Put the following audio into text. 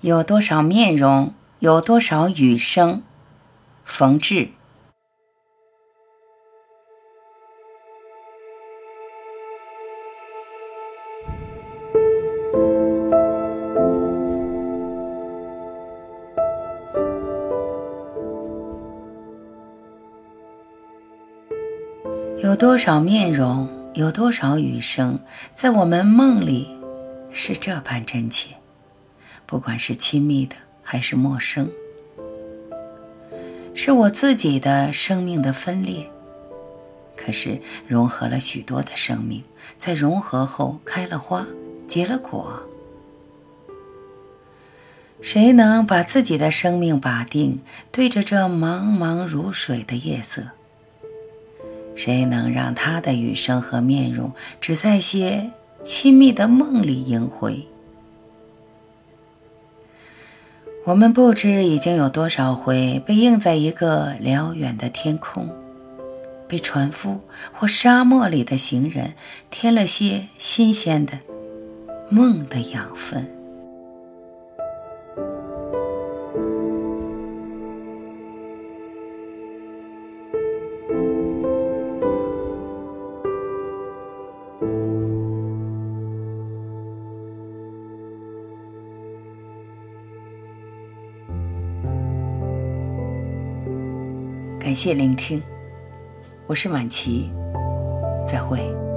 有多少面容，有多少雨声。冯至。有多少面容，有多少雨声，在我们梦里是这般真切，不管是亲密的还是陌生。是我自己的生命的分裂，可是融合了许多的生命，在融合后开了花，结了果。谁能把自己的生命把定，对着这茫茫如水的夜色？谁能让他的语声和面容只在些亲密的梦里萦回？我们不知已经有多少回被映在一个辽远的天空，被船夫或沙漠里的行人添了些新鲜的梦的养分。感谢聆听，我是婉琪，再会。